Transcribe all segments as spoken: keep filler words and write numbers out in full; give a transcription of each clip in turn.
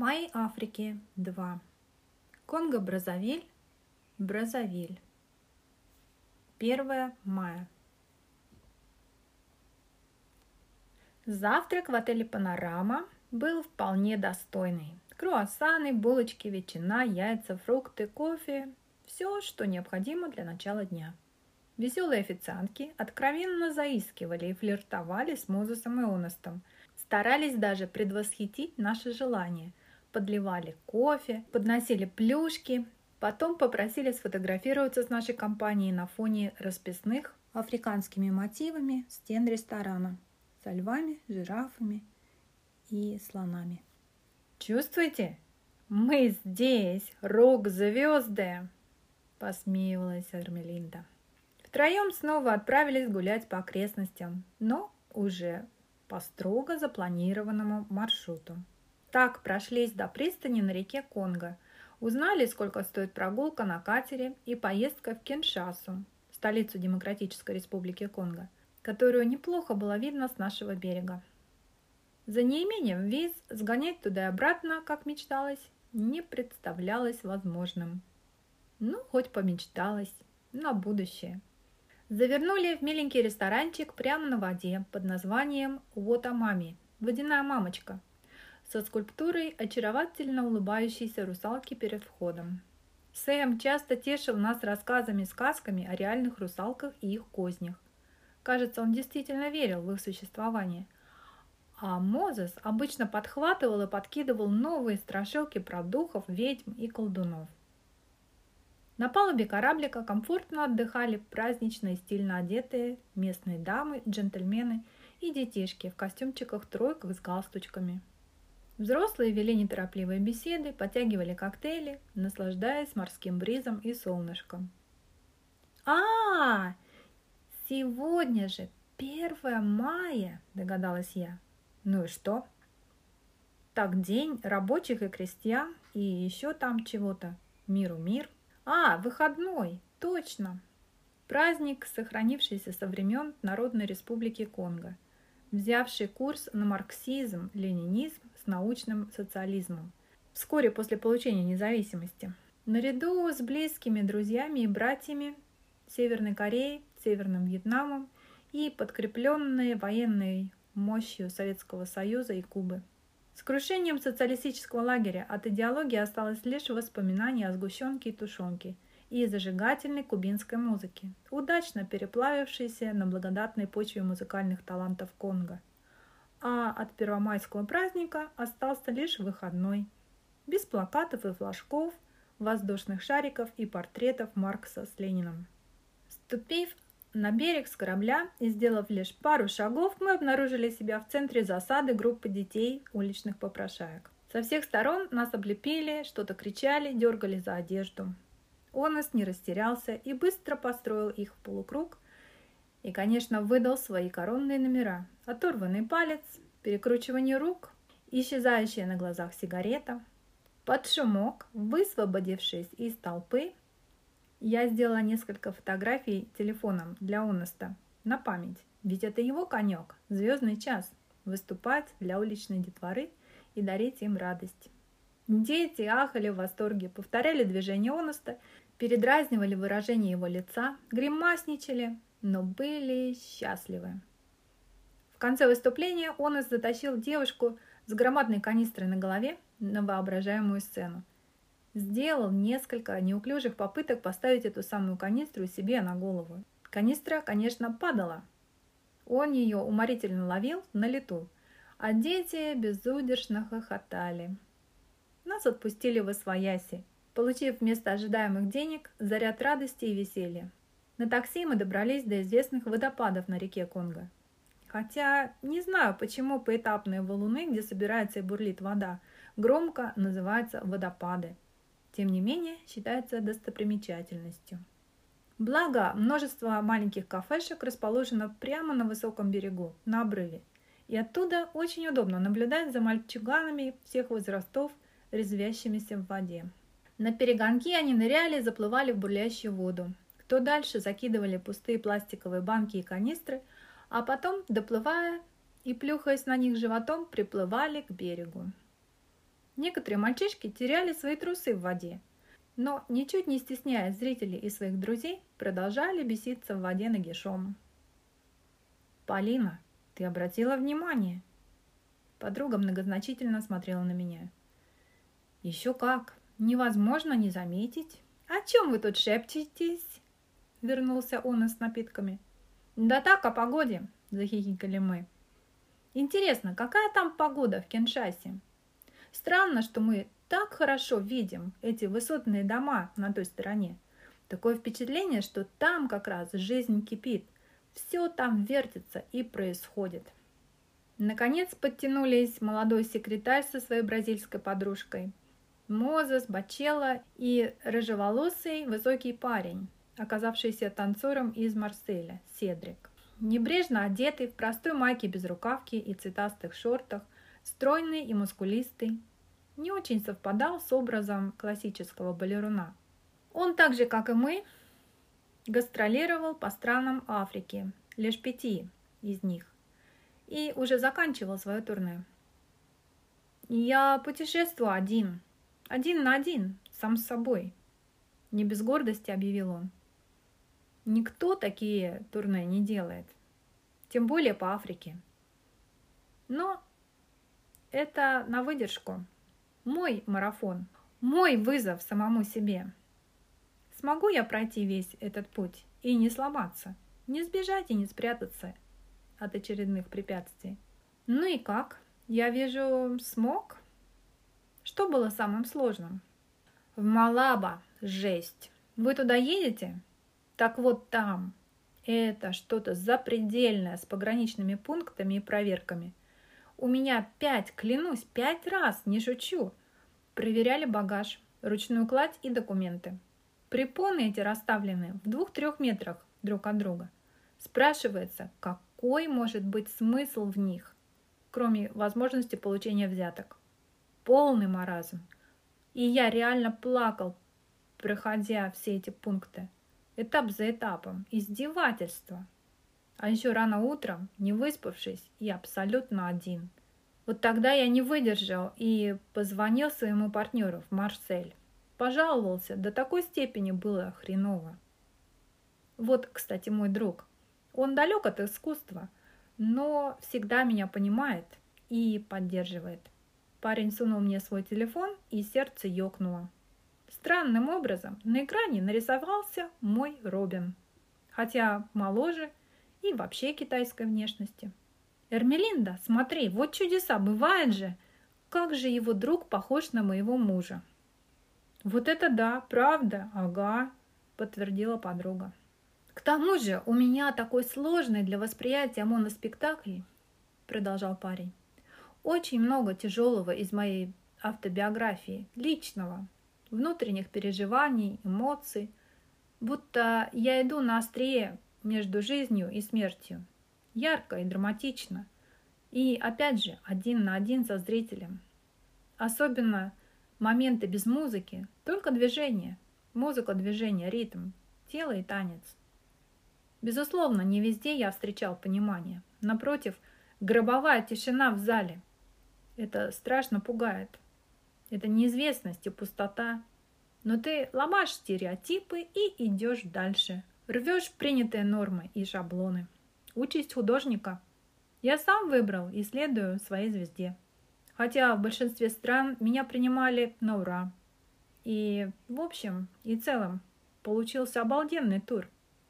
Май Африки два. Конго-Бразавиль, Бразавиль. первое мая. Завтрак в отеле «Панорама» был вполне достойный. Круассаны, булочки, ветчина, яйца, фрукты, кофе – все, что необходимо для начала дня. Веселые официантки откровенно заискивали и флиртовали с Мозесом и Онестом, старались даже предвосхитить наши желания, подливали кофе, подносили плюшки, потом попросили сфотографироваться с нашей компанией на фоне расписных африканскими мотивами стен ресторана со львами, жирафами и слонами. «Чувствуете? Мы здесь, рок-звезды!» – посмеивалась Эрмелинда. Втроем снова отправились гулять по окрестностям, но уже по строго запланированному маршруту. Так прошлись до пристани на реке Конго, узнали, сколько стоит прогулка на катере и поездка в Киншасу, столицу Демократической Республики Конго, которую неплохо было видно с нашего берега. За неимением виз сгонять туда и обратно, как мечталось, не представлялось возможным. Ну, хоть помечталось на будущее. Завернули в миленький ресторанчик прямо на воде под названием «Уотамами» – «Водяная мамочка», со скульптурой очаровательно улыбающейся русалки перед входом. Сэм часто тешил нас рассказами-сказками о реальных русалках и их кознях. Кажется, он действительно верил в их существование. А Мозес обычно подхватывал и подкидывал новые страшилки про духов, ведьм и колдунов. На палубе кораблика комфортно отдыхали празднично и стильно одетые местные дамы, джентльмены и детишки в костюмчиках-тройках с галстучками. Взрослые вели неторопливые беседы, потягивали коктейли, наслаждаясь морским бризом и солнышком. «А, сегодня же первое мая!» – догадалась я. «Ну и что?» «Так день рабочих и крестьян, и еще там чего-то. Миру мир. А, выходной! Точно! Праздник, сохранившийся со времен Народной Республики Конго, взявший курс на марксизм, ленинизм с научным социализмом вскоре после получения независимости. Наряду с близкими друзьями и братьями Северной Кореей, Северным Вьетнамом и подкрепленные военной мощью Советского Союза и Кубы. С крушением социалистического лагеря от идеологии осталось лишь воспоминание о сгущенке и тушенке и зажигательной кубинской музыки, удачно переплавившейся на благодатной почве музыкальных талантов Конго. А от первомайского праздника остался лишь выходной, без плакатов и флажков, воздушных шариков и портретов Маркса с Лениным. Ступив на берег с корабля и сделав лишь пару шагов, мы обнаружили себя в центре засады группы детей, уличных попрошаек. Со всех сторон нас облепили, что-то кричали, дергали за одежду. Онес не растерялся и быстро построил их в полукруг и, конечно, выдал свои коронные номера. Оторванный палец, перекручивание рук, исчезающая на глазах сигарета. Под шумок, высвободившись из толпы, я сделала несколько фотографий телефоном для Онеста на память, ведь это его конек, звездный час, выступать для уличной детворы и дарить им радость. Дети ахали в восторге, повторяли движения Онеста, передразнивали выражение его лица, гримасничали, но были счастливы. В конце выступления Онест затащил девушку с громадной канистрой на голове на воображаемую сцену. Сделал несколько неуклюжих попыток поставить эту самую канистру себе на голову. Канистра, конечно, падала. Он ее уморительно ловил на лету, а дети безудержно хохотали. Нас отпустили восвояси, получив вместо ожидаемых денег заряд радости и веселья. На такси мы добрались до известных водопадов на реке Конго. Хотя не знаю, почему поэтапные валуны, где собирается и бурлит вода, громко называются водопады. Тем не менее, считается достопримечательностью. Благо, множество маленьких кафешек расположено прямо на высоком берегу, на обрыве. И оттуда очень удобно наблюдать за мальчуганами всех возрастов, резвящимися в воде. На перегонки они ныряли и заплывали в бурлящую воду. Кто дальше, закидывали пустые пластиковые банки и канистры, а потом, доплывая и плюхаясь на них животом, приплывали к берегу. Некоторые мальчишки теряли свои трусы в воде, но, ничуть не стесняя зрителей и своих друзей, продолжали беситься в воде нагишом. «Полина, ты обратила внимание?» Подруга многозначительно смотрела на меня. «Еще как! Невозможно не заметить. О чем вы тут шепчетесь?» Вернулся он с напитками. «Да так, о погоде!» – захихикали мы. «Интересно, какая там погода в Киншасе? Странно, что мы так хорошо видим эти высотные дома на той стороне. Такое впечатление, что там как раз жизнь кипит. Все там вертится и происходит». Наконец подтянулись молодой секретарь со своей бразильской подружкой, Мозес, Бачелла и рыжеволосый высокий парень, оказавшийся танцором из Марселя, Седрик. Небрежно одетый в простой майке без рукавки и цветастых шортах, стройный и мускулистый, не очень совпадал с образом классического балеруна. Он так же, как и мы, гастролировал по странам Африки, лишь пяти из них, и уже заканчивал свое турне. «Я путешествую один, один на один, сам с собой», – не без гордости объявил он. «Никто такие турне не делает, тем более по Африке. Но это на выдержку. Мой марафон, мой вызов самому себе. Смогу я пройти весь этот путь и не сломаться, не сбежать и не спрятаться от очередных препятствий? Ну и как? Я вижу, смог. Что было самым сложным? В Малаба жесть. Вы туда едете? Так вот там. Это что-то запредельное с пограничными пунктами и проверками. У меня пять, клянусь, пять раз, не шучу. Проверяли багаж, ручную кладь и документы. Препоны эти расставлены в двух-трех метрах друг от друга. Спрашивается, какой может быть смысл в них, кроме возможности получения взяток? Полный маразм. И я реально плакал, проходя все эти пункты. Этап за этапом. Издевательство. А еще рано утром, не выспавшись, и абсолютно один. Вот тогда я не выдержал и позвонил своему партнеру в Марсель. Пожаловался, до такой степени было хреново. Вот, кстати, мой друг. Он далек от искусства, но всегда меня понимает и поддерживает. Парень сунул мне свой телефон, и сердце ёкнуло. Странным образом на экране нарисовался мой Робин, хотя моложе и вообще китайской внешности. «Эрмелинда, смотри, вот чудеса, бывает же! Как же его друг похож на моего мужа!» «Вот это да, правда, ага», – подтвердила подруга. «К тому же у меня такой сложный для восприятия моноспектакль», – продолжал парень. «Очень много тяжелого из моей автобиографии, личного, внутренних переживаний, эмоций, будто я иду на острие между жизнью и смертью, ярко и драматично, и опять же один на один со зрителем. Особенно моменты без музыки, только движение, музыка, движение, ритм, тело и танец. Безусловно, не везде я встречал понимание. Напротив, гробовая тишина в зале. Это страшно пугает. Это неизвестность и пустота. Но ты ломаешь стереотипы и идешь дальше. Рвешь принятые нормы и шаблоны. Участь художника. Я сам выбрал и следую своей звезде. Хотя в большинстве стран меня принимали на ура. И в общем и целом получился обалденный тур.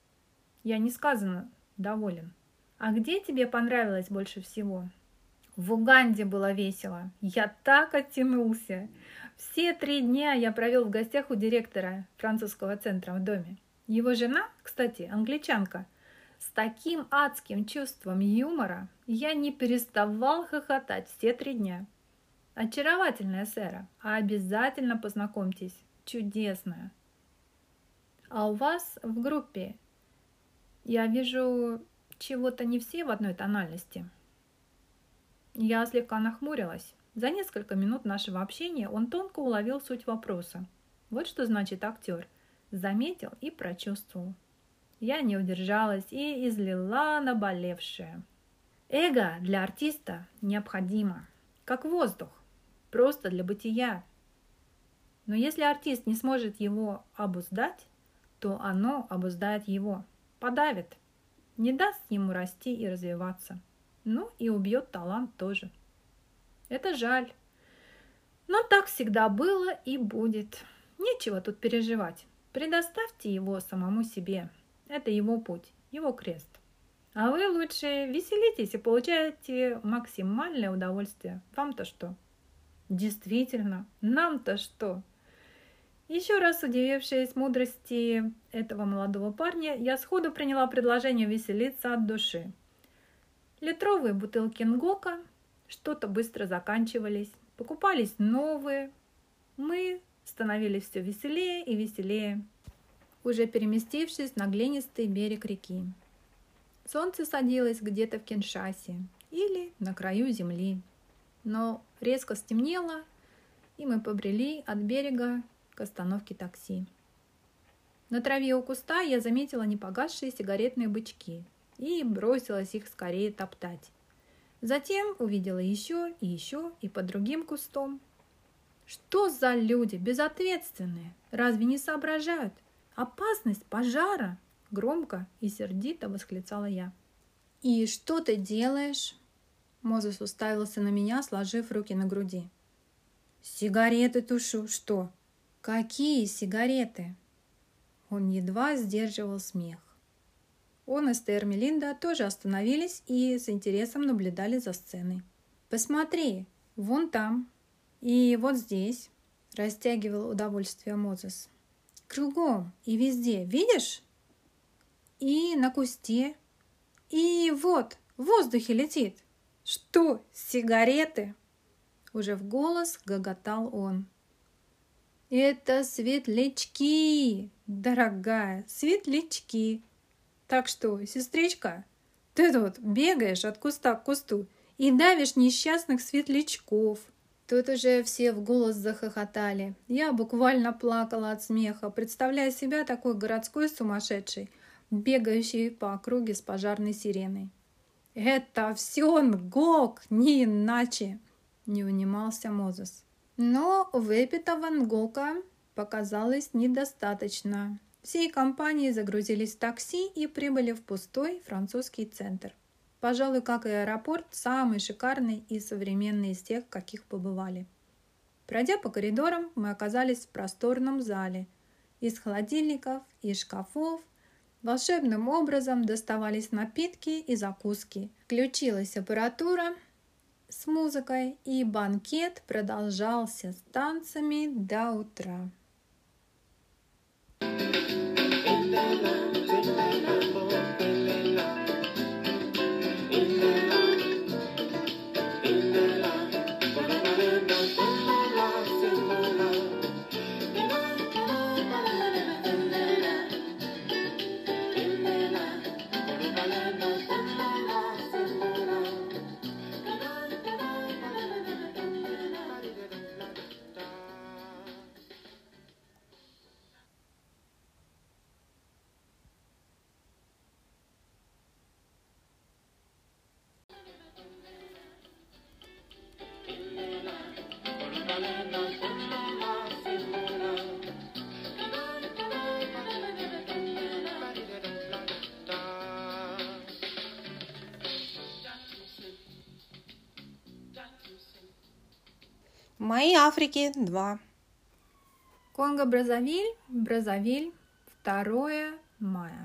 Я несказанно доволен. А где тебе понравилось больше всего? В Уганде было весело. Я так оттянулся. Все три дня я провел в гостях у директора французского центра в доме. Его жена, кстати, англичанка, с таким адским чувством юмора я не переставал хохотать все три дня. Очаровательная Сэра, а обязательно познакомьтесь. Чудесная. А у вас в группе, я вижу, чего-то не все в одной тональности. Я слегка нахмурилась. За несколько минут нашего общения он тонко уловил суть вопроса. Вот что значит актер. Заметил и прочувствовал. Я не удержалась и излила наболевшее. Эго для артиста необходимо, как воздух. просто для бытия. Но если артист не сможет его обуздать, то оно обуздает его, подавит, не даст ему расти и развиваться. Ну и убьет талант тоже. Это жаль. Но так всегда было и будет. Нечего тут переживать. Предоставьте его самому себе. Это его путь, его крест. А вы лучше веселитесь и получаете максимальное удовольствие. Вам-то что? Действительно, нам-то что? Еще раз удивившись мудрости этого молодого парня, я сходу приняла предложение веселиться от души. Литровые бутылки нгока что-то быстро заканчивались, покупались новые. Мы становились все веселее и веселее, уже переместившись на глинистый берег реки. Солнце садилось где-то в Киншасе или на краю земли, но резко стемнело, и мы побрели от берега к остановке такси. На траве у куста я заметила непогасшие сигаретные бычки и бросилась их скорее топтать. Затем увидела еще и еще и под другим кустом. Что за люди безответственные? Разве не соображают? Опасность пожара! Громко и сердито восклицала я. «И что ты делаешь?» Мозес уставился на меня, сложив руки на груди. «Сигареты тушу. Что? Какие сигареты?» Он едва сдерживал смех. Он и Эстер Мелинда тоже остановились и с интересом наблюдали за сценой. «Посмотри, вон там и вот здесь», – растягивал удовольствие Мозес. «Кругом и везде, видишь? И на кусте, и вот в воздухе летит. Что, сигареты?» Уже в голос гоготал он. «Это светлячки, дорогая, светлячки. Так что, сестричка, ты тут бегаешь от куста к кусту и давишь несчастных светлячков». Тут уже все в голос захохотали. Я буквально плакала от смеха, представляя себя такой городской сумасшедшей, бегающей по округе с пожарной сиреной. «Это все нгок, не иначе!» – не унимался Мозес. Но выпитого нгока показалось недостаточно. Всей компанией загрузились в такси и прибыли в пустой французский центр. Пожалуй, как и аэропорт, самый шикарный и современный из тех, каких побывали. Пройдя по коридорам, мы оказались в просторном зале. Из холодильников и шкафов волшебным образом доставались напитки и закуски. Включилась аппаратура с музыкой, и банкет продолжался с танцами до утра. Мои Африки два. Конго-Бразавиль, Бразавиль, второе мая.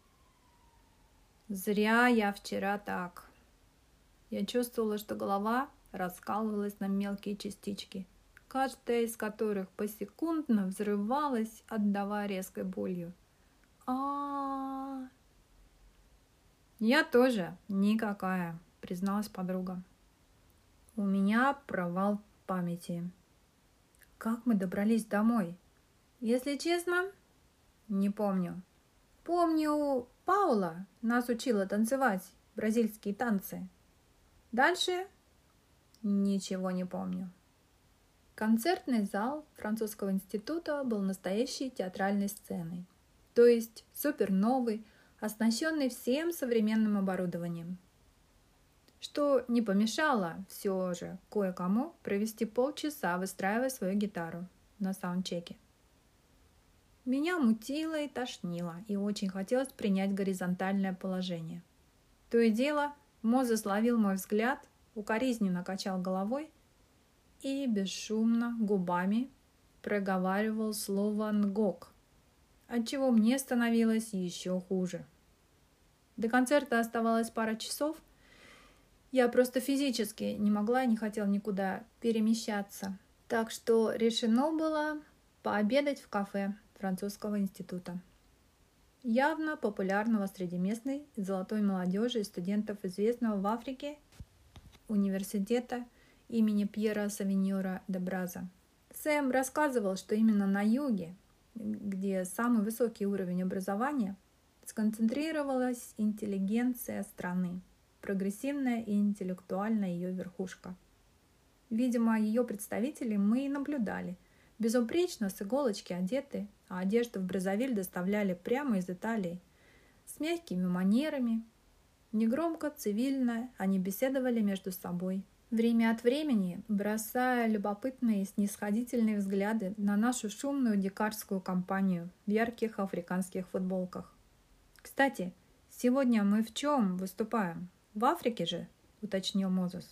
Зря я вчера так. Я чувствовала, что голова раскалывалась на мелкие частички, каждая из которых посекундно взрывалась, отдавая резкой болью. А, я тоже никакая, призналась подруга. У меня провал памяти. Как мы добрались домой? Если честно, не помню. Помню, Паула нас учила танцевать бразильские танцы. Дальше ничего не помню. Концертный зал французского института был настоящей театральной сценой, то есть супер новый, оснащенный всем современным оборудованием. что не помешало все же кое-кому провести полчаса, выстраивая свою гитару на саундчеке. Меня мутило и тошнило, и очень хотелось принять горизонтальное положение. То и дело, Мозес ловил мой взгляд, укоризненно качал головой и бесшумно губами проговаривал слово «нгок», отчего мне становилось еще хуже. До концерта оставалось пара часов. Я просто физически не могла и не хотела никуда перемещаться. Так что решено было пообедать в кафе французского института, явно популярного среди местной золотой молодежи и студентов известного в Африке университета имени Пьера Савиньора де Браза. Сэм рассказывал, что именно на юге, где самый высокий уровень образования, сконцентрировалась интеллигенция страны, прогрессивная и интеллектуальная ее верхушка. Видимо, ее представители мы и наблюдали, безупречно с иголочки одеты, а одежду в Браззавиль доставляли прямо из Италии, с мягкими манерами. Негромко, цивильно они беседовали между собой, время от времени бросая любопытные и снисходительные взгляды на нашу шумную дикарскую компанию в ярких африканских футболках. «Кстати, сегодня мы в чем выступаем? В Африке же?» – уточнил Мозес.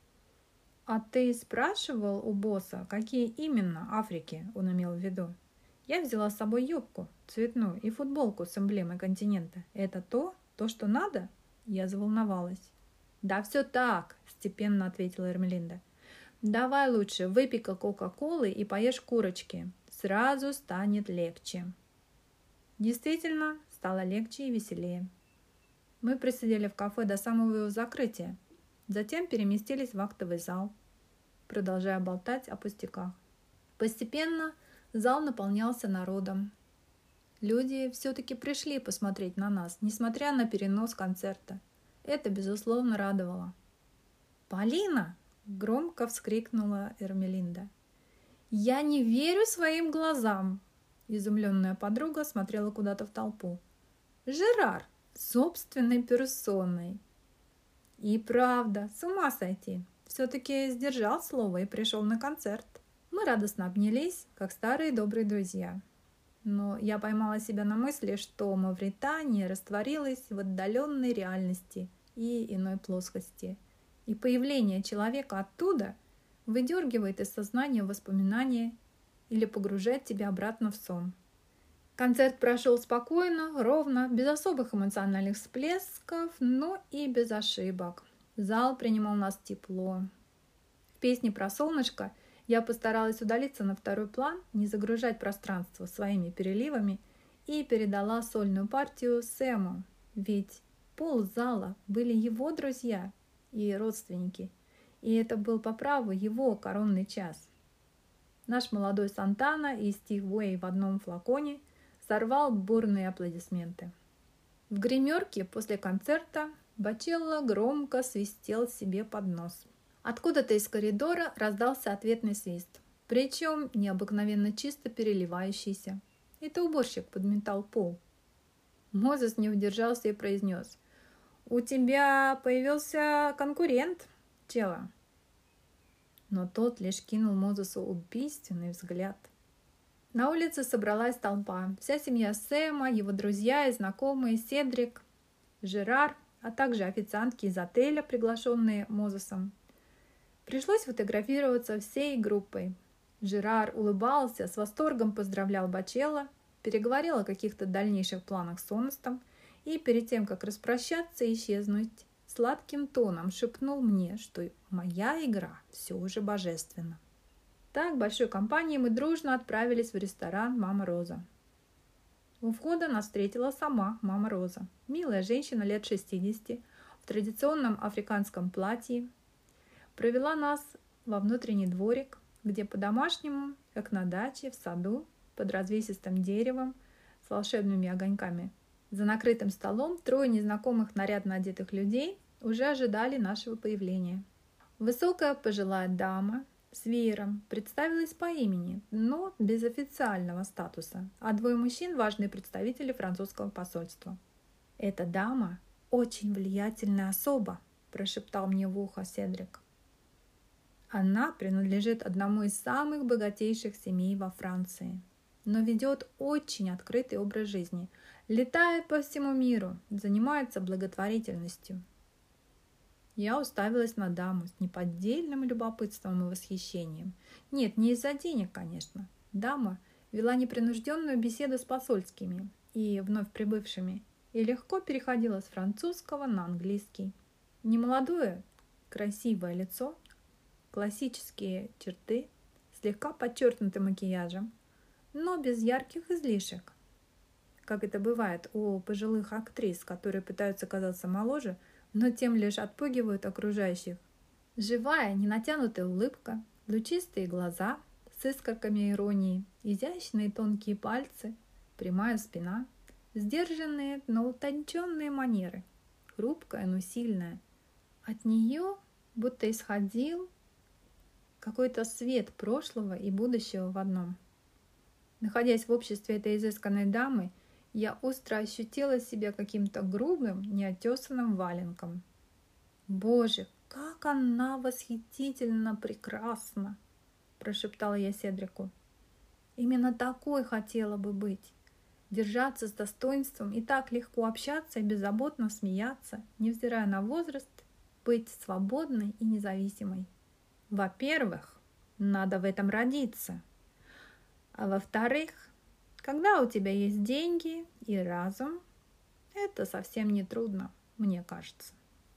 «А ты спрашивал у босса, какие именно Африки он имел в виду? Я взяла с собой юбку цветную и футболку с эмблемой континента. Это то, то, что надо?» Я заволновалась. «Да все так», – степенно ответила Эрмелинда. «Давай лучше выпей-ка кока-колы и поешь курочки. Сразу станет легче». Действительно, стало легче и веселее. Мы просидели в кафе до самого его закрытия. Затем переместились в актовый зал, продолжая болтать о пустяках. Постепенно зал наполнялся народом. Люди все-таки пришли посмотреть на нас, несмотря на перенос концерта. Это, безусловно, радовало. «Полина!» – громко вскрикнула Эрмелинда. «Я не верю своим глазам!» Изумленная подруга смотрела куда-то в толпу. «Жерар! Собственной персоной!» И правда, с ума сойти. Все-таки сдержал слово и пришел на концерт. Мы радостно обнялись, как старые добрые друзья. Но я поймала себя на мысли, что Мавритания растворилась в отдаленной реальности и иной плоскости. И появление человека оттуда выдергивает из сознания воспоминания или погружает тебя обратно в сон. Концерт прошел спокойно, ровно, без особых эмоциональных всплесков, но и без ошибок. Зал принимал нас тепло. В песне про солнышко я постаралась удалиться на второй план, не загружать пространство своими переливами и передала сольную партию Сэму, ведь ползала были его друзья и родственники, и это был по праву его коронный час. Наш молодой Сантана и Стив Уэй в одном флаконе сорвал бурные аплодисменты. В гримерке после концерта Бачелло громко свистел себе под нос. Откуда-то из коридора раздался ответный свист, причем необыкновенно чисто переливающийся. Это уборщик подметал пол. Мозес не удержался и произнес: «У тебя появился конкурент, Чело». Но тот лишь кинул Мозесу убийственный взгляд. На улице собралась толпа. Вся семья Сэма, его друзья и знакомые, Седрик, Жерар, а также официантки из отеля, приглашенные Мозесом. Пришлось фотографироваться всей группой. Жерар улыбался, с восторгом поздравлял Бачелло, переговорил о каких-то дальнейших планах с Онестом и перед тем, как распрощаться и исчезнуть, сладким тоном шепнул мне, что моя игра все же божественна. Так, большой компанией мы дружно отправились в ресторан «Мама Роза». У входа нас встретила сама Мама Роза, милая женщина лет шестидесяти, в традиционном африканском платье. Провела нас во внутренний дворик, где по-домашнему, как на даче, в саду, под развесистым деревом, с волшебными огоньками. За накрытым столом трое незнакомых нарядно одетых людей уже ожидали нашего появления. Высокая пожилая дама с веером представилась по имени, но без официального статуса, а двое мужчин – важные представители французского посольства. «Эта дама очень влиятельная особа», – прошептал мне в ухо Седрик. Она принадлежит одному из самых богатейших семей во Франции, но ведет очень открытый образ жизни, летает по всему миру, занимается благотворительностью. Я уставилась на даму с неподдельным любопытством и восхищением. Нет, не из-за денег, конечно. Дама вела непринужденную беседу с посольскими и вновь прибывшими и легко переходила с французского на английский. Немолодое, красивое лицо, классические черты, слегка подчеркнутым макияжем, но без ярких излишек. Как это бывает у пожилых актрис, которые пытаются казаться моложе, но тем лишь отпугивают окружающих. Живая, ненатянутая улыбка, лучистые глаза с искорками иронии, изящные тонкие пальцы, прямая спина, сдержанные, но утонченные манеры, хрупкая, но сильная. От нее будто исходил какой-то свет прошлого и будущего в одном. Находясь в обществе этой изысканной дамы, я остро ощутила себя каким-то грубым, неотесанным валенком. «Боже, как она восхитительно прекрасна!» – прошептала я Седрику. «Именно такой хотела бы быть. Держаться с достоинством и так легко общаться и беззаботно смеяться, невзирая на возраст, быть свободной и независимой. Во-первых, надо в этом родиться. А во-вторых, когда у тебя есть деньги и разум, это совсем не трудно, мне кажется».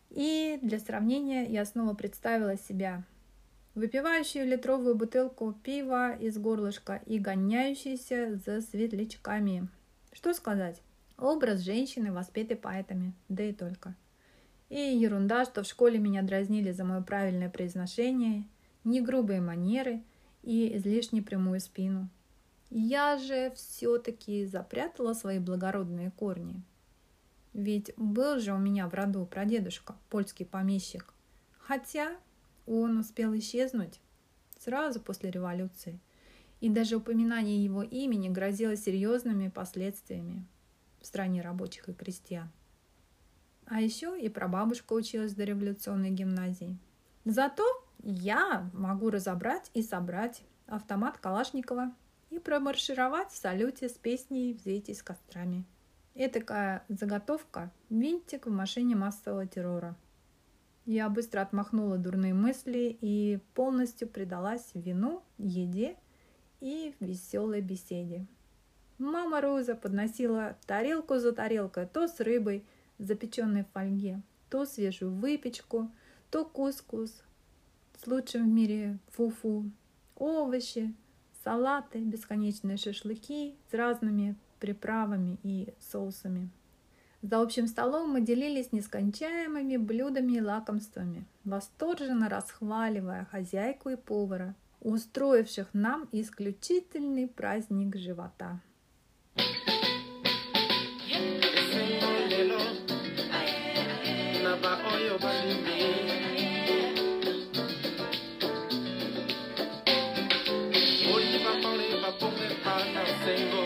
И для сравнения я снова представила себя, выпивающую литровую бутылку пива из горлышка и гоняющейся за светлячками. Что сказать? Образ женщины, воспетой поэтами, да и только. И ерунда, что в школе меня дразнили за мое правильное произношение, не грубые манеры и излишне прямую спину. Я же все-таки запрятала свои благородные корни. Ведь был же у меня в роду прадедушка, польский помещик. Хотя он успел исчезнуть сразу после революции. И даже упоминание его имени грозило серьезными последствиями в стране рабочих и крестьян. А еще и прабабушка училась в дореволюционной гимназии. Зато я могу разобрать и собрать автомат Калашникова и промаршировать в салюте с песней «Взвейтесь кострами». Этакая заготовка, винтик в машине массового террора. Я быстро отмахнула дурные мысли и полностью предалась вину, еде и веселой беседе. Мама Роза подносила тарелку за тарелкой, то с рыбой, запеченной в фольге, то свежую выпечку, то кускус с лучшим в мире фуфу, овощи, салаты, бесконечные шашлыки с разными приправами и соусами. За общим столом мы делились нескончаемыми блюдами и лакомствами, восторженно расхваливая хозяйку и повара, устроивших нам исключительный праздник живота. Sengo